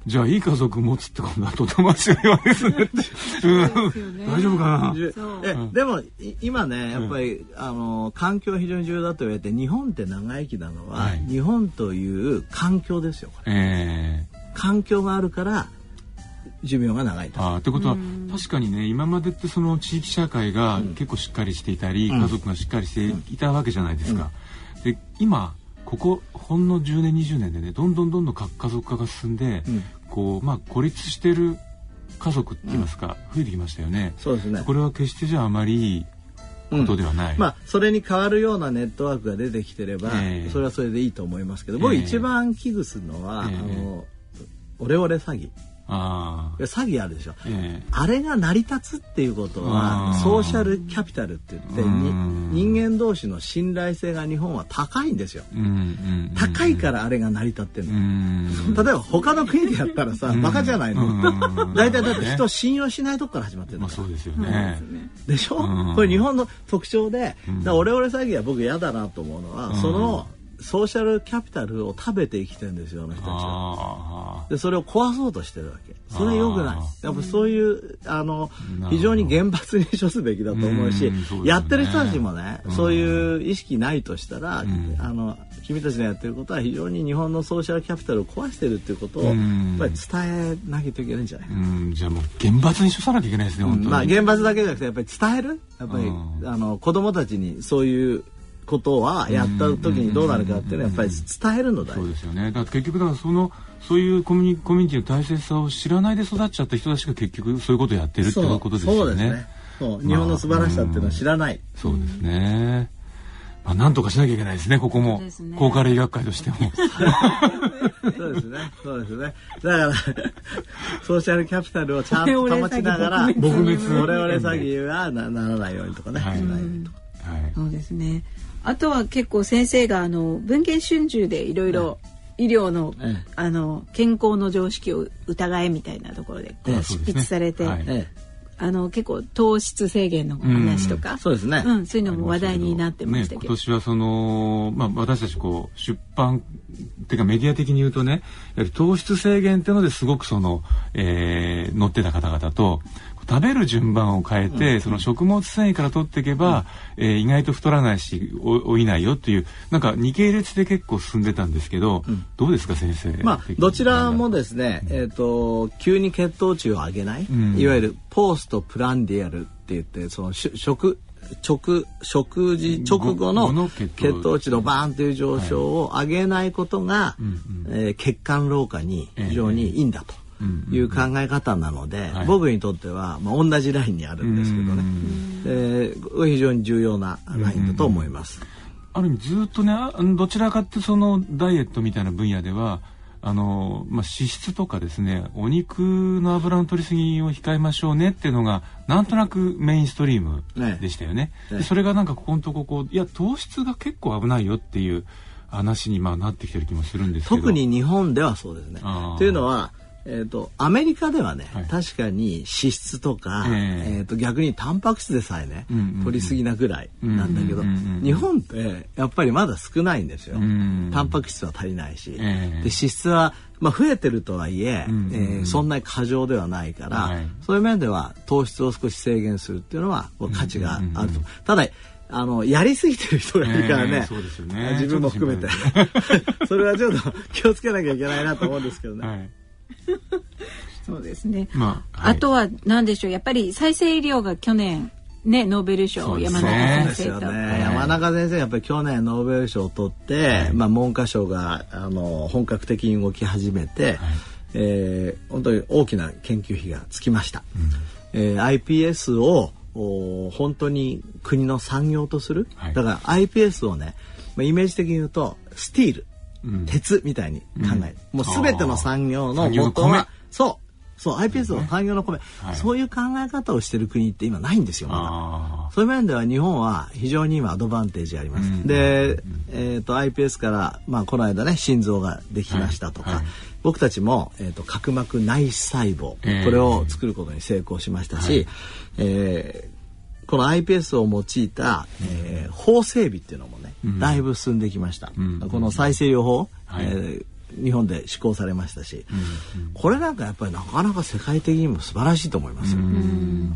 じゃあいい家族持つってことはとても強いわけですねうん大丈夫かな。 えでも今ねやっぱり、うん、あの環境は非常に重要だと言われて、日本って長生きなのは、はい、日本という環境ですよこれ、えー、環境があるから寿命が長いと。 あってことは確かにね、今までってその地域社会が結構しっかりしていたり、うん、家族がしっかりしていたわけじゃないですか、うん、で今ここほんのじゅうねんにじゅうねんでね、どんどんどんどん核家族化が進んで、うん、こうまあ孤立してる家族って言いますか、うん、増えてきましたよね。 そうですね。 これは決してじゃああまりいいことではない、 うん、まあそれに代わるようなネットワークが出てきてれば、えー、それはそれでいいと思いますけど、僕一番危惧するのは、えー、あのオレオレ詐欺。あ詐欺あるでしょ、えー、あれが成り立つっていうことはソーシャルキャピタルって言って人間同士の信頼性が日本は高いんですよ。高いからあれが成り立ってるの。例えば他の国でやったらさバカじゃないの。大体だって人を信用しないとこから始まってるの、 まあ、そうですよね。 でしょ。これ日本の特徴で、だオレオレ詐欺は僕嫌だなと思うのは、そのソーシャルキャピタルを食べて生きてるんですよ、あの人たちは。でそれを壊そうとしてるわけ。それは良くない。やっぱそういうあの非常に厳罰に処すべきだと思うし、う、ね、やってる人たちもね、うん、そういう意識ないとしたら、うん、あの君たちのやってることは非常に日本のソーシャルキャピタルを壊してるっていうことをやっぱり伝えなきゃいけないんじゃないかな。うん、 じゃあもう厳罰に処さなきゃいけないですね、本当に。 まあ厳罰だけじゃなくてやっぱり伝える。やっぱり、うん、あの子供たちにそういうことはやった時にどうなるかっていうのはやっぱり伝えるのだよ。 そうですよね。だから結局だからそのそういうコミュニ、コミュニティの大切さを知らないで育っちゃった人たちが結局そういうことをやってるっていうことですよね。 そうですね。そう、日本の素晴らしさっていうのは知らない。 まあ、そうですね。まあなんとかしなきゃいけないですね、ここも、ね、高カレ医学会としても。 そうですね。そうですね。だからソーシャルキャピタルをちゃんと保ちながら撲滅我々詐欺は な, ならないようにとかね。はい、しないようにとか。 はい、そうですね。あとは結構先生があの文藝春秋でいろいろ医療の、ええ、あの健康の常識を疑えみたいなところでこう執筆されて、ええはいあの結構糖質制限の話とか、うん、 そうですね、 うん、そういうのも話題になってましたけど、ね、 今年はその、まあ、私たちこう出版っていうかメディア的に言うとね、やはり糖質制限っていうのですごくその、えー、載ってた方々と食べる順番を変えて、うん、その食物繊維から取っていけば、うんえー、意外と太らないし老いないよっていうなんか二系列で結構進んでたんですけど、うん、どうですか先生。 まあどちらもですね、うん、えーと急に血糖値を上げない、うん、いわゆるポーストプランディアルって言ってその食直食事直後の血糖値のバーンという上昇を上げないことが、はいえー、血管老化に非常にいいんだと。えーいう考え方なので、うんうんうん、僕にとっては、まあ、同じラインにあるんですけどね、えー、非常に重要なラインだと思います。 ある意味ずっとねどちらかってそのダイエットみたいな分野ではあの、まあ、脂質とかですねお肉の油の取りすぎを控えましょうねっていうのがなんとなくメインストリームでしたよね。ねでそれがなんかここのとここういや糖質が結構危ないよっていう話にまあなってきてる気もするんですけど、 特に日本ではそうですね。というのはえーと、アメリカではね、はい、確かに脂質とか、えーえーと逆にタンパク質でさえね、うんうんうん、取りすぎなぐらいなんだけど、うんうんうんうん、日本ってやっぱりまだ少ないんですよ、うんうん、タンパク質は足りないし、えー、で脂質は、まあ、増えてるとはいえ、うんうんうんえー、そんなに過剰ではないから、はい、そういう面では糖質を少し制限するっていうのは価値があると、うんうんうん、ただあのやりすぎてる人がいるからね、えーそうですよね自分も含めてそれはちょっと気をつけなきゃいけないなと思うんですけどね、はいそうですね、まあはい、あとは何でしょうやっぱり再生医療が去年ねノーベル賞、ね、山中先生と、 ね、山中先生やっぱり去年ノーベル賞を取って、はいまあ、文科省があの本格的に動き始めて、はいえー、本当に大きな研究費がつきました、うんえー、アイピーエス を本当に国の産業とする、はい、だから アイピーエス をね、まあ、イメージ的に言うとスティールうん、鉄みたいに考える、うん、もう全ての産業の元はそうそう アイピーエス の産業の米、はい、そういう考え方をしてる国って今ないんですよまだ。そういう面では日本は非常に今アドバンテージあります、うん、で、えー、と アイピーエス から、まあ、この間ね心臓ができましたとか、はいはい、僕たちも、えー、と角膜内細胞、えー、これを作ることに成功しましたし、はいえーこの アイピーエス を用いた、えー、法整備っていうのもね、うん、だいぶ進んできました、うん、この再生療法、はいえー、 日本で施行されましたし、うんうん、これなんかやっぱりなかなか世界的にも素晴らしいと思いますよ。うん、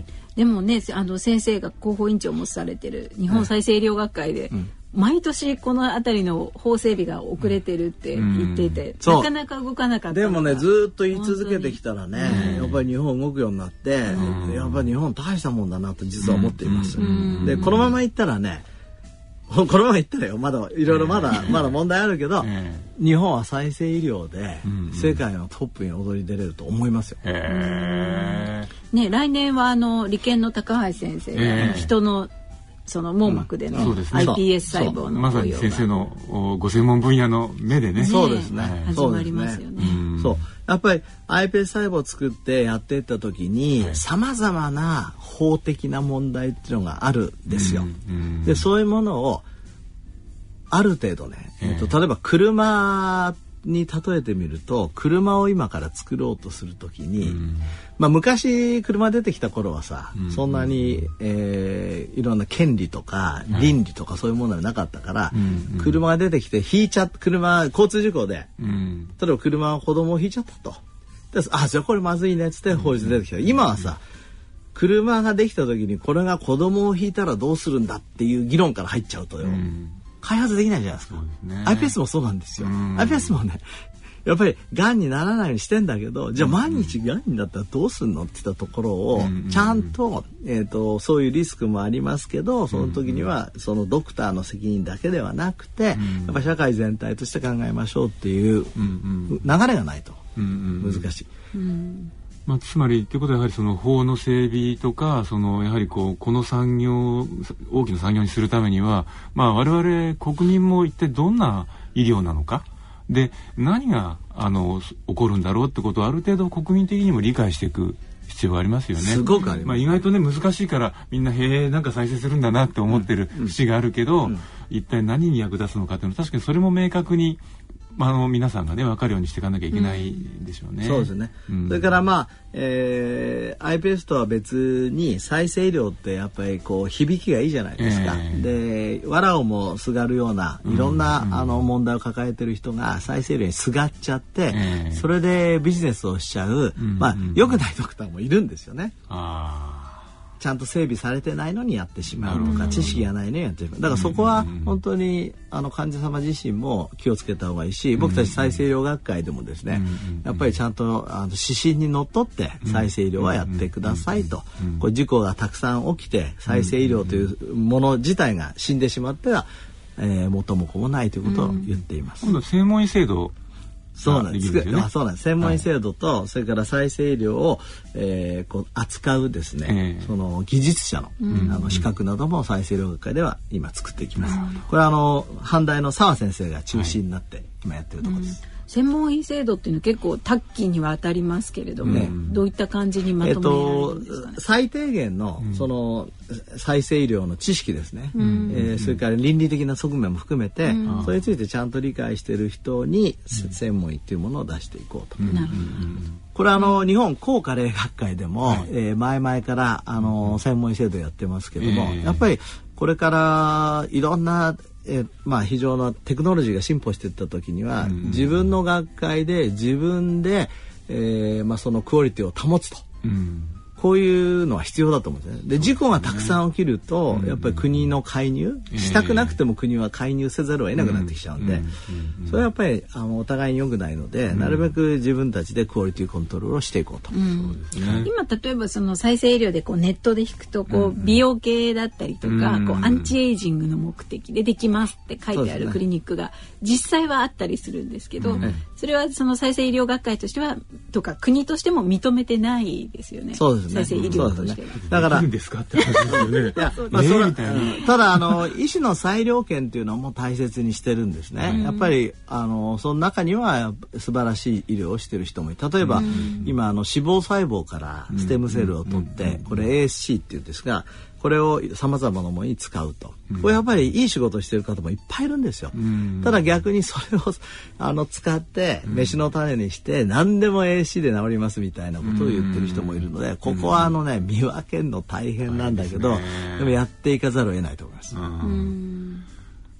でもね、あの先生が広報委員長もされてる日本再生医療学会で、はい、うん、毎年この辺りの法整備が遅れてるって言っていて、うん、なかなか動かなかったでもね、ずっと言い続けてきたらね、やっぱり日本動くようになって、うん、やっぱり日本大したもんだなと実は思っています、うん、でこのまま行ったらね、このまま言ったらよ、まだいろいろまだ、えー、まだ問題あるけど、えー、日本は再生医療で世界のトップに躍り出れると思いますよ。 えー、ね、来年はあの理研の高橋先生が、えー、人のその網膜での アイピーエス 細胞のまさに先生のご専門分野の目でね、 そうですね、 始まりますよね。 そう、やっぱり アイピーエス 細胞を作ってやっていった時にさまざまな法的な問題っていうのがあるんですよ。でそういうものをある程度ね、えー、と例えば車に例えてみると、車を今から作ろうとするときに、うん、まあ、昔車出てきた頃はさ、うん、そんなに、えー、いろんな権利とか倫理とかそういうものがなかったから、うん、車が出てきて引いちゃって車交通事故で、うん、例えば車は子供を引いちゃったと、で、あ、じゃあこれまずいねっつって法律出てきた、うん、今はさ、車ができた時にこれが子供を引いたらどうするんだっていう議論から入っちゃうとよ、うん、開発できないじゃないですか。そうですね、アイピーエス もそうなんですよ。アイピーエス もね、やっぱりがんにならないようにしてんだけど、じゃあ毎日がんになったらどうするのって言ったところをちゃんと、えーと、そういうリスクもありますけど、その時にはそのドクターの責任だけではなくて、やっぱり社会全体として考えましょうっていう流れがないと難しい。うんうん、 まあ、つまりということはやはりその法の整備とか、そのやはりこうこの産業大きな産業にするためには、まあ、我々国民も一体どんな医療なのかで何があの起こるんだろうってことをある程度国民的にも理解していく必要がありますよね。 すごくあります。 まあ、意外とね難しいからみんなへえなんか再生するんだなって思ってる節があるけど、うんうん、一体何に役立つのかっていうのは確かにそれも明確にあの皆さんがね分かるようにしていかなきゃいけないでしょうね。 うん、そうですね。うん、それからまあ、えー、アイピーエス とは別に再生医療ってやっぱりこう響きがいいじゃないですか。えー、で藁をもすがるようないろんな、うん、あの問題を抱えてる人が再生医療にすがっちゃって、えー、それでビジネスをしちゃう、うん、まあ良くないドクターもいるんですよね。あちゃんと整備されてないのにやってしまうとか、知識がないのにやってしまう。だからそこは本当にあの患者様自身も気をつけた方がいいし、僕たち再生医療学会でもですね、やっぱりちゃんとあの指針にのっとって再生医療はやってくださいと。これ事故がたくさん起きて再生医療というもの自体が死んでしまったら、えー、元も子もないということを言っています。 今度専門医制度そうなんです。あ、そうなんです。専門医制度と、はい、それから再生医療を、えー、こう扱うですね、えー、その技術者の、うん、あの資格なども再生医療学会では今作っていきます。これはあの阪大の澤先生が中心になって今やってるところです。はい、うん、専門医制度っていうのは結構多岐には当たりますけれども、ね、どういった感じにまとめられるんですかね。えー、最低限のその再生医療の知識ですね、うん、えー、それから倫理的な側面も含めて、うん、それについてちゃんと理解している人に専門医っていうものを出していこうと。うん、これはあの日本高加齢学会でも、はい、えー、前々からあの専門医制度やってますけども、えー、やっぱりこれからいろんなえーまあ、非常なテクノロジーが進歩していった時には、うん、自分の学会で自分で、えーまあ、そのクオリティを保つと、うん、こういうのは必要だと思うんですね。で事故がたくさん起きると、ね、やっぱり国の介入、うん、したくなくても国は介入せざるを得なくなってきちゃうんで、うん、それはやっぱりあのお互いに良くないので、うん、なるべく自分たちでクオリティコントロールをしていこうと、うん、そうですね。 今例えばその再生医療でこうネットで引くとこう美容系だったりとか、うん、こうアンチエイジングの目的でできますって書いてあるクリニックが実際はあったりするんですけど、うん、それはその再生医療学会としてはとか国としても認めてないですよね。 そうですね。 再生医療として、 うん、だからいいんですかって話ですよね。いや、まあ、それはただあの医師の裁量権っていうのも大切にしてるんですね。うん、やっぱりあのその中には素晴らしい医療をしてる人もいる。例えば、うん、今あの脂肪細胞からステムセルを取って、うん、これ エーエスシー っていうんですが、これをさまざまなものに使うと、うん、これやっぱりいい仕事をしている方もいっぱいいるんですよ。うん、ただ逆にそれをあの使って飯の種にして何でも エーエスシー で治りますみたいなことを言ってる人もいるので、ここはあのね見分けるの大変なんだけど、でもやっていかざるを得ないと思います。うん、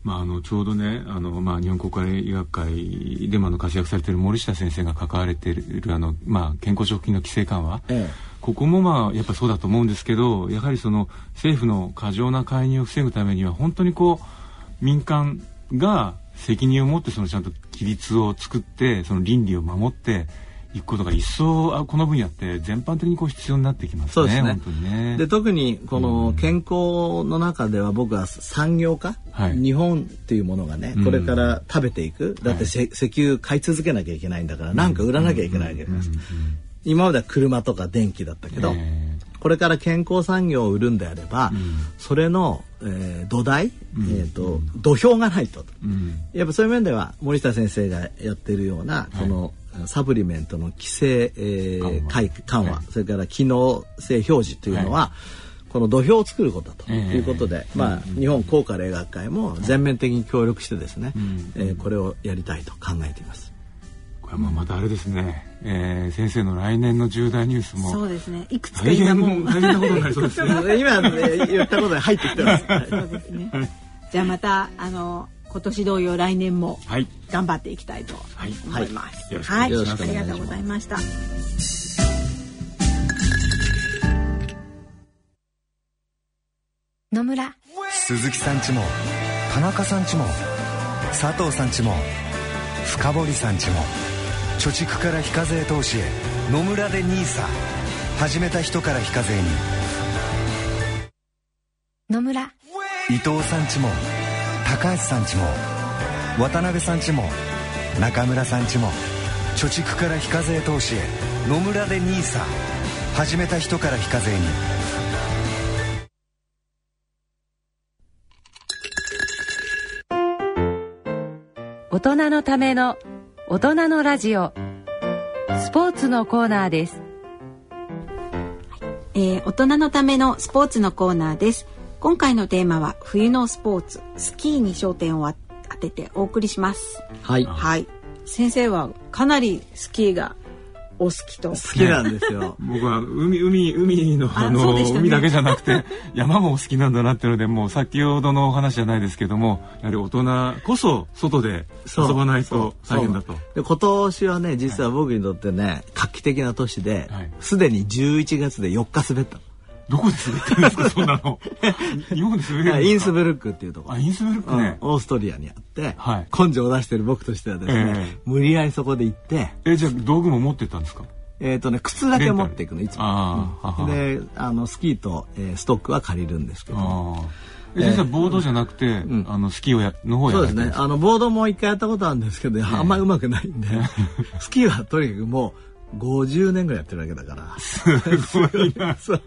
まあ、あのちょうどねあの、まあ、日本国家医学会でもあの活躍されている森下先生が関われているあの、まあ、健康食品の規制緩和、ええ、ここもまあやっぱそうだと思うんですけど、やはりその政府の過剰な介入を防ぐためには本当にこう民間が責任を持ってそのちゃんと規律を作ってその倫理を守っていくことが一層この分野って全般的にこう必要になってきますね。 そうですね。 本当にね。 で特にこの健康の中では僕は産業化、はい、日本っていうものがねこれから食べていく、うん、だって、はい、石油買い続けなきゃいけないんだから何か売らなきゃいけないわけです。今までは車とか電気だったけど、えー、これから健康産業を売るんであれば、うん、それの、えー、土台、うん、えーとうん、土俵がないと、うん、やっぱそういう面では森下先生がやってるようなこの、はいサプリメントの規制、えー、緩和、緩和、はい、それから機能性表示というのは、はい、この土俵を作ることだということで、えーまあうん、日本高価例学会も全面的に協力してですね、うんえー、これをやりたいと考えています。 これはまたあれですね、えー、先生の来年の重大ニュースもそうですね、いくつか今もう大変なことになりそうですね今、ね、言ったことで入ってきてますそうですね、はい、じゃあまたあの今年同様来年も頑張っていきたいと思います。はい、はい、ありがとうございました。 野村鈴木さんちも田中さんちも佐藤さんちも深堀さんちも貯蓄から非課税投資へ野村でニーサ始めた人から非課税に野村伊藤さんちも高橋さんちも渡辺さんちも中村さんちも貯蓄から非課税投資へ野村でニーサ始めた人から非課税に大人のための大人のラジオスポーツのコーナーです、 えー、大人のためのスポーツのコーナーです。今回のテーマは冬のスポーツスキーに焦点を当ててお送りします。 はい、 はい、先生はかなりスキーがお好きと。 好きなんですよ僕は海海海のあの、ね、海だけじゃなくて山もお好きなんだなっていうので、もう先ほどのお話じゃないですけども、やはり大人こそ外で遊ばないと大変だと。 で今年はね実は僕にとってね、はい、画期的な年ですで、はい、にじゅういちがつでよっか滑った。 どこで滑ってるんですかそんなの日本で滑れるんですか。 インスブルックっていうところ。 あ、インスブルックね、 うん、オーストリアにあって、はい、根性を出してる僕としてはですね、えー、無理やりそこで行ってえじゃあ道具も持ってったんですか。 えっとね靴だけ持っていくのいつも。あ、うん、であのスキーと、えー、ストックは借りるんですけど、 あえ先生はボードじゃなくて、うん、あのスキーをやの方やられてるんですか。 そうですね、あのボードも一回やったことあるんですけど、えー、あんまり上手くないんでスキーはとにかくもうごじゅうねんぐらいやってるわけだからすごいなそう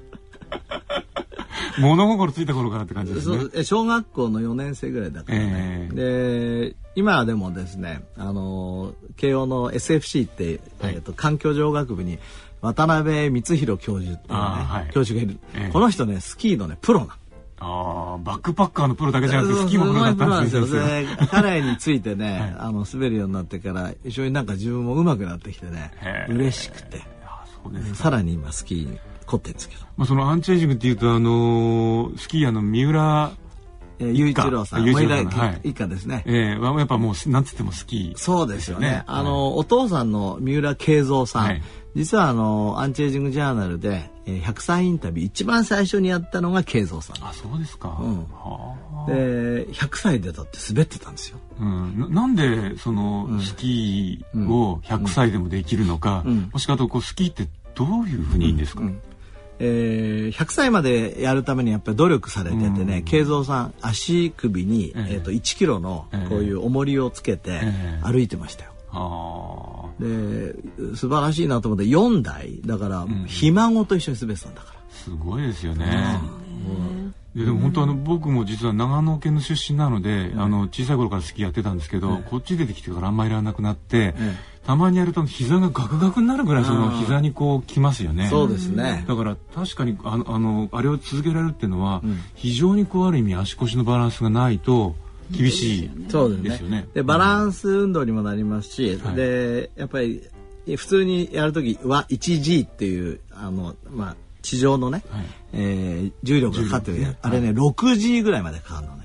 物心ついた頃からって感じですね。 そう小学校のよねん生ぐらいだからね、えー、で今はでもですねあの慶応の エスエフシー って、はいえー、と環境情学部に渡辺光弘教授っていうね、はい、教授がいる、えー、この人ねスキーのねプロなあバックパッカーのプロだけじゃなくてスキーもプロだったんですよ。 で彼についてね、はい、あの滑るようになってから一緒になんか自分も上手くなってきてね嬉しくてそうですさらに今スキーに凝ってるんですけど、 まあ、そのアンチエイジングっていうとあのー、スキーヤーの三浦雄一郎さん雄一郎さん、はい、 一家ですね、 えー、やっぱもうなんつってもスキー、 そうですよね、あの、はい、お父さんの三浦慶三さん、はい、実はあのアンチエイジングジャーナルでひゃくさいインタビュー一番最初にやったのが慶三さん。 あ、そうですか、 うんはでひゃくさいでだって滑ってたんですよ、 うん、な, なんでそのスキーをひゃくさいでもできるのか、うんうん、もしくはこうスキーってどういうふうにいいんですか。うんうんえー、ひゃくさいまでやるためにやっぱり努力されててね、慶三さん足首に、えーえー、といちキロのこういう重りをつけて歩いてましたよ、えー、で素晴らしいなと思ってよんだいだからひ孫と一緒に滑ってたんだから、 すごいですよね、うんで, でも本当あの僕も実は長野県の出身なので、うん、あの小さい頃からスキーやってたんですけど、うん、こっち出てきてからあんまりやらなくなって、うん、たまにやると膝がガクガクになるぐらいその膝にこうきますよね。 そうですね。 だから確かにあの あ, のあれを続けられるっていうのは、うん、非常にこうある意味足腰のバランスがないと厳しいですよね。 そうですね。でバランス運動にもなりますし、うん、でやっぱり普通にやるときは いちジー っていうあのまあ地上のね、はいえー、重力がかかってる、ね、あれね、はい、ろくジー ぐらいまでかかるのね。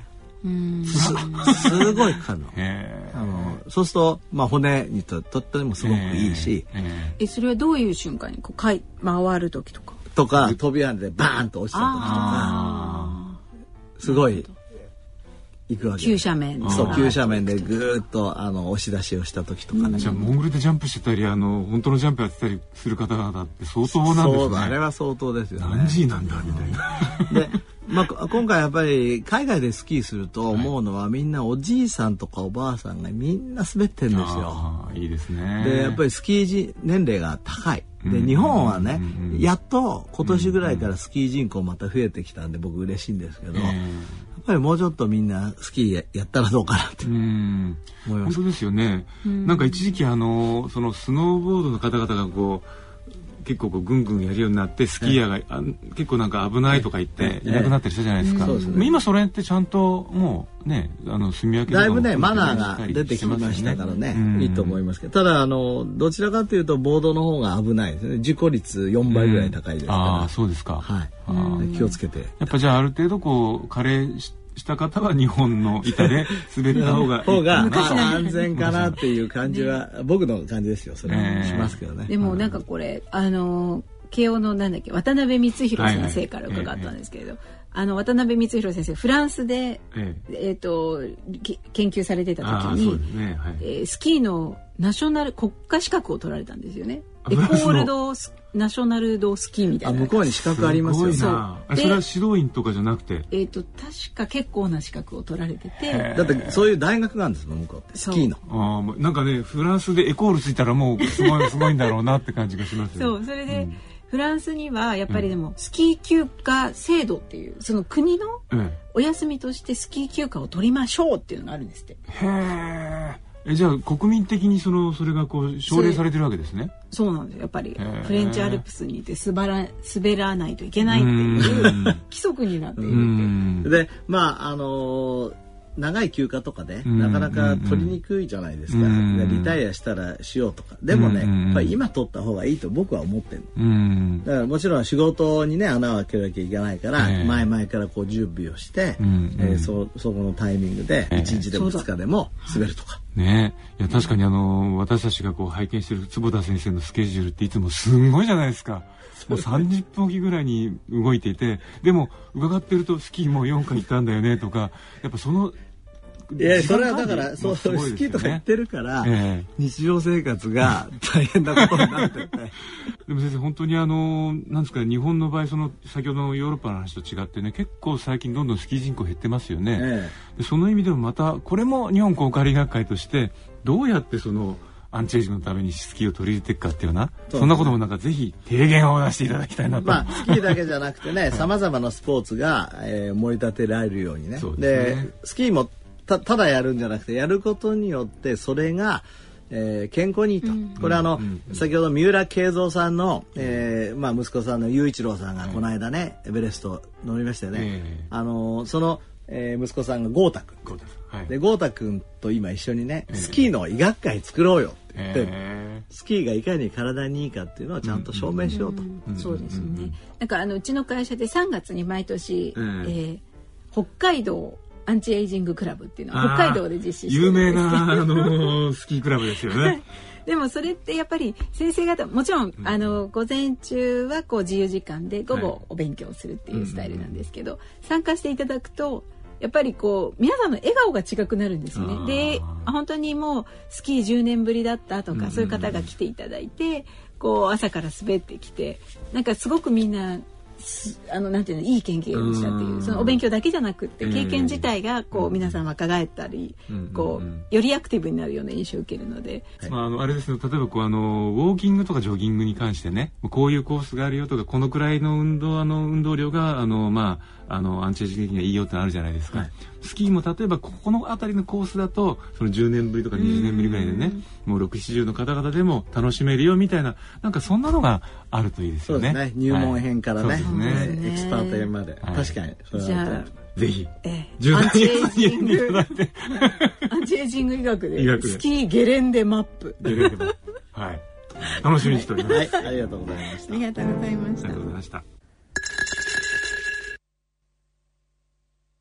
うんす, すごいかかるの。 へーあのそうすると、まあ、骨にととってもすごくいいし、 へーへーえそれはどういう瞬間にこうかい回る時とかとか飛び跳ねてバーンと落ちた時とかあすごい行くわけ。 急斜面そう急斜面でぐーっとあの押し出しをした時とかね。 じゃあモーグルでジャンプしてたりあの本当のジャンプやってたりする方々って相当なんですね。 そうあれは相当ですよね。 何 G なんだみたいな。 で、まあ、今回やっぱり海外でスキーすると思うのは、みんなおじいさんとかおばあさんがみんな滑ってるんですよ。 あーいいですね。 でやっぱりスキー人年齢が高い。で日本はね、やっと今年ぐらいからスキー人口また増えてきたんで僕嬉しいんですけど、 えーやっぱりもうちょっとみんなスキー や, やったらどうかなってうん思います。 本当ですよね。なんか一時期あのそのスノーボードの方々がこう結構こうぐんぐんやるようになってスキーヤーが、あ結構なんか危ないとか言っていなくなったりしたじゃないですか。 そうですね今それってちゃんともうねあの住み分けとかもだいぶねマナーしっかりが出てきましたからね、 うんいいと思いますけど、ただあのどちらかというとボードの方が危ないですね。事故率よんばいぐらい高いですから、 ああそうですか。 はいあー気をつけて。 やっぱじゃあある程度こう加齢しした方は日本の板で滑った方がいい方が、 昔のまあ、安全かなっていう感じは、僕の感じですよ。それはしますけどね。 でもなんかこれあの慶応のなんだっけ渡辺光弘先生から伺ったんですけれど、はいはいあの渡辺光弘先生フランスで、 えええー、とき研究されてた時あーにそうですねはいえースキーのナショナル国家資格を取られたんですよね。エコあフランスのールドスナショナルドスキーみたいな。 あ向こうに資格ありますよ。 すごいなあでそれは指導員とかじゃなくてえー、と確か結構な資格を取られててだってそういう大学があるんですもん向こうってスキーの。 あーなんかねフランスでエコールついたらもうすごいすごいんだろうなって感じがしますよね。 そうそれで、フランスにはやっぱりでもスキー休暇制度っていうその国のえお休みとしてスキー休暇を取りましょうっていうのがあるんですって。 えへーえじゃあ国民的にそのそれがこう奨励されてるわけですね。 そうなんですよやっぱりーフレンチアルプスにいて滑ら滑らないといけないっていううん規則になっているうって。 んでまああのー長い休暇とかね、 うんなかなか取りにくいじゃないですか、 うんでリタイアしたらしようとかでもね、 うんやっぱり今取った方がいいと僕は思ってるの。 うんだからもちろん仕事にね穴を開けなきゃいけないから、 ええ前々からこう準備をして、 うんえーそそこのタイミングでええいちにちでもふつかでも滑るとか、 ねえいや確かにあの私たちがこう拝見してる坪田先生のスケジュールっていつもすんごいじゃないですか。もうさんじゅっぷんおきぐらいに動いていてでも伺ってるとスキーもよんかい行ったんだよねとかやっぱそのいやそれはだからそうすごいですよねスキーとか行ってるから、 ええ日常生活が大変なことになっててでも先生本当にあのなんですか日本の場合その先ほどのヨーロッパの話と違ってね結構最近どんどんスキー人口減ってますよね、 えでその意味でもまたこれも日本航空学会としてどうやってそのアンチエイジングのためにスキーを取り入れていくかっていうような そ,、んなこともなんかぜひ提言を出していただきたいなと、 まあ、スキーだけじゃなくてねさまざまなスポーツが、えー盛り立てられるようにね。 そうですねスキーもたただやるんじゃなくてやることによってそれが、えー健康にいいと、これあの、先ほど三浦慶三さんの、えーまあ、息子さんの雄一郎さんがこの間ね、エベレスト乗りましたよね、 ええあのその、えー息子さんが豪太君こうですはいで豪太君と今一緒にねスキーの医学会作ろうよって言って、 えスキーがいかに体にいいかっていうのをちゃんと証明しようと。 そうですよね。なんかあのうちの会社でさんがつに毎年、 うんえー北海道アンチエイジングクラブっていうのはあー北海道で実施して有るんですけど名なあのスキークラブですよね。 でもそれってやっぱり先生方もちろん、うん、あの午前中はこう自由時間で午後お勉強するっていうスタイルなんですけど、はい、参加していただくとやっぱりこう皆さんの笑顔が違くなるんですよね。で本当にもうスキーじゅうねんぶりだったとか、うん、そういう方が来ていただいてこう朝から滑ってきてなんかすごくみんなあのなんていうのいい経験をしたっていうそのお勉強だけじゃなくって経験自体がこう皆さん若返ったりこうよりアクティブになるような印象を受けるので、 まあ、あのあれですね例えばこうあのウォーキングとかジョギングに関してねこういうコースがあるよとかこのくらいの運動あの運動量があのまああのアンチエイジング的にはいいよってのあるじゃないですか、はい、スキーも例えばここの辺りのコースだとそのじゅうねんぶりとかにじゅうねんぶりぐらいでねもうろくじゅうななじゅうの方々でも楽しめるよみたいななんかそんなのがあるといいですよね。 そうですね入門編からね、はい、そうですねエキスパート編まで、はい、確かにそれはじゃあぜひ、 ええ、アンチエイジングアンチエイジング医学でスキーゲレンデマップゲレンデマップはい楽しみにしております、 はい、ありがとうございましたありがとうございましたありがとうございました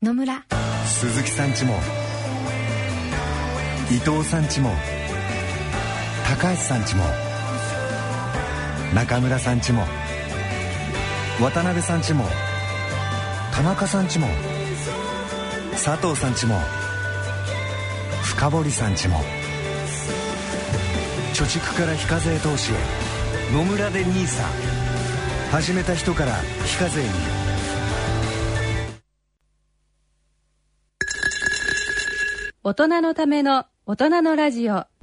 野村。 鈴木さんちも伊藤さんちも高橋さんちも中村さんちも渡辺さんちも田中さんちも佐藤さんちも深堀さんちも貯蓄から非課税投資へ野村でニーサ。始めた人から非課税に。 大人のための大人のラジオ。 はい、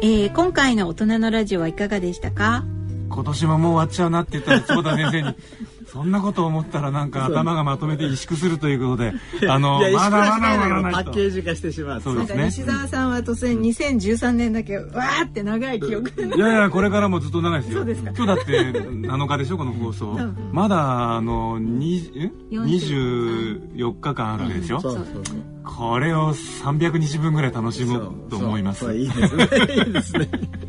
えー、今回の大人のラジオはいかがでしたか？ 今年ももう終わっちゃうなって言ったら坪田先生にそんなこと思ったらなんか頭がまとめて萎縮するということで、あのいやまだまだまだパないとッケージ化してしまう。 そうですね。 西澤さんは突然にせんじゅうさんねんだけわーって長い記憶。 いやいやこれからもずっと長いですよ。 そうですか。 今日だってなのかでしょこの放送。うん、まだあのにじゅうよっかかんあるわけでしょ。 そうそうそう。 これをさんびゃくにちぶんぐらい楽しむと思います。 そうそういいですね。いいですね。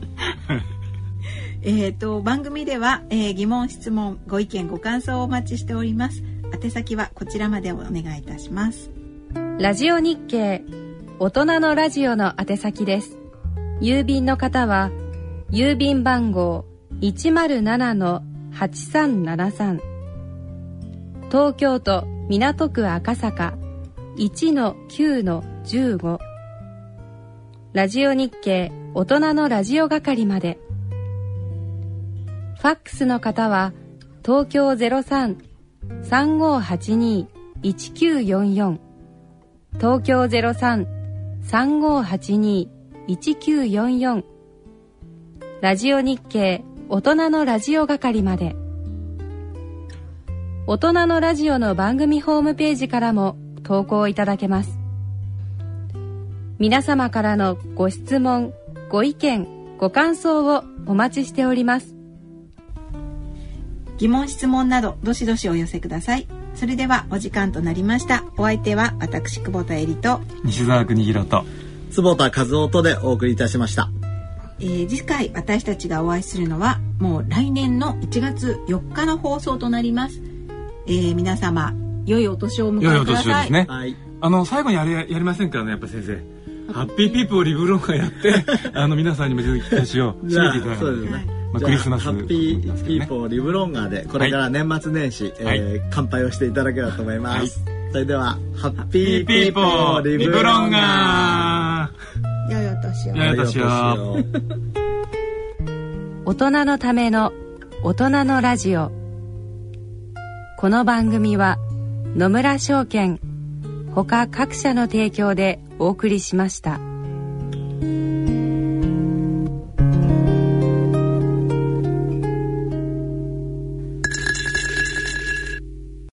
えーと番組では、えー、疑問質問ご意見ご感想をお待ちしております。宛先はこちらまでお願いいたします。 ラジオ日経大人のラジオの宛先です。郵便の方は郵便番号 いちまるななのはちさんななさん、 東京都港区赤坂 いちのきゅうのじゅうご、 ラジオ日経大人のラジオ係まで。ファックスの方は東京 ゼロさん さんごはちに いちきゅうよんよん、 東京 ゼロさん さんごはちに いちきゅうよんよん、 ラジオ日経大人のラジオ係まで。大人のラジオの番組ホームページからも投稿いただけます。皆様からのご質問ご意見ご感想をお待ちしております。 疑問質問などどしどしお寄せください。それではお時間となりました。お相手は私久保田恵里と西澤邦弘と坪田和夫とでお送りいたしました。 えー、次回私たちがお会いするのはもう来年のいちがつよっかの放送となります。えー、皆様良いお年をお迎えください。良いお年をですね。はい、あの最後にあれやりませんからね、やっぱ先生ハッピーピーポーリブロンがやってあの皆さんにもぜひ期待しよう締めていただきます。まあ、クリスマス、 ハッピーピーポーリブロンガーでこれから年末年始、はいえー、乾杯をしていただければと思います、はい、それではハッピーピーポーリブロンガー、良いお年を。 良いお年を。 大人のための大人のラジオ。この番組は野村証券他各社の提供でお送りしました。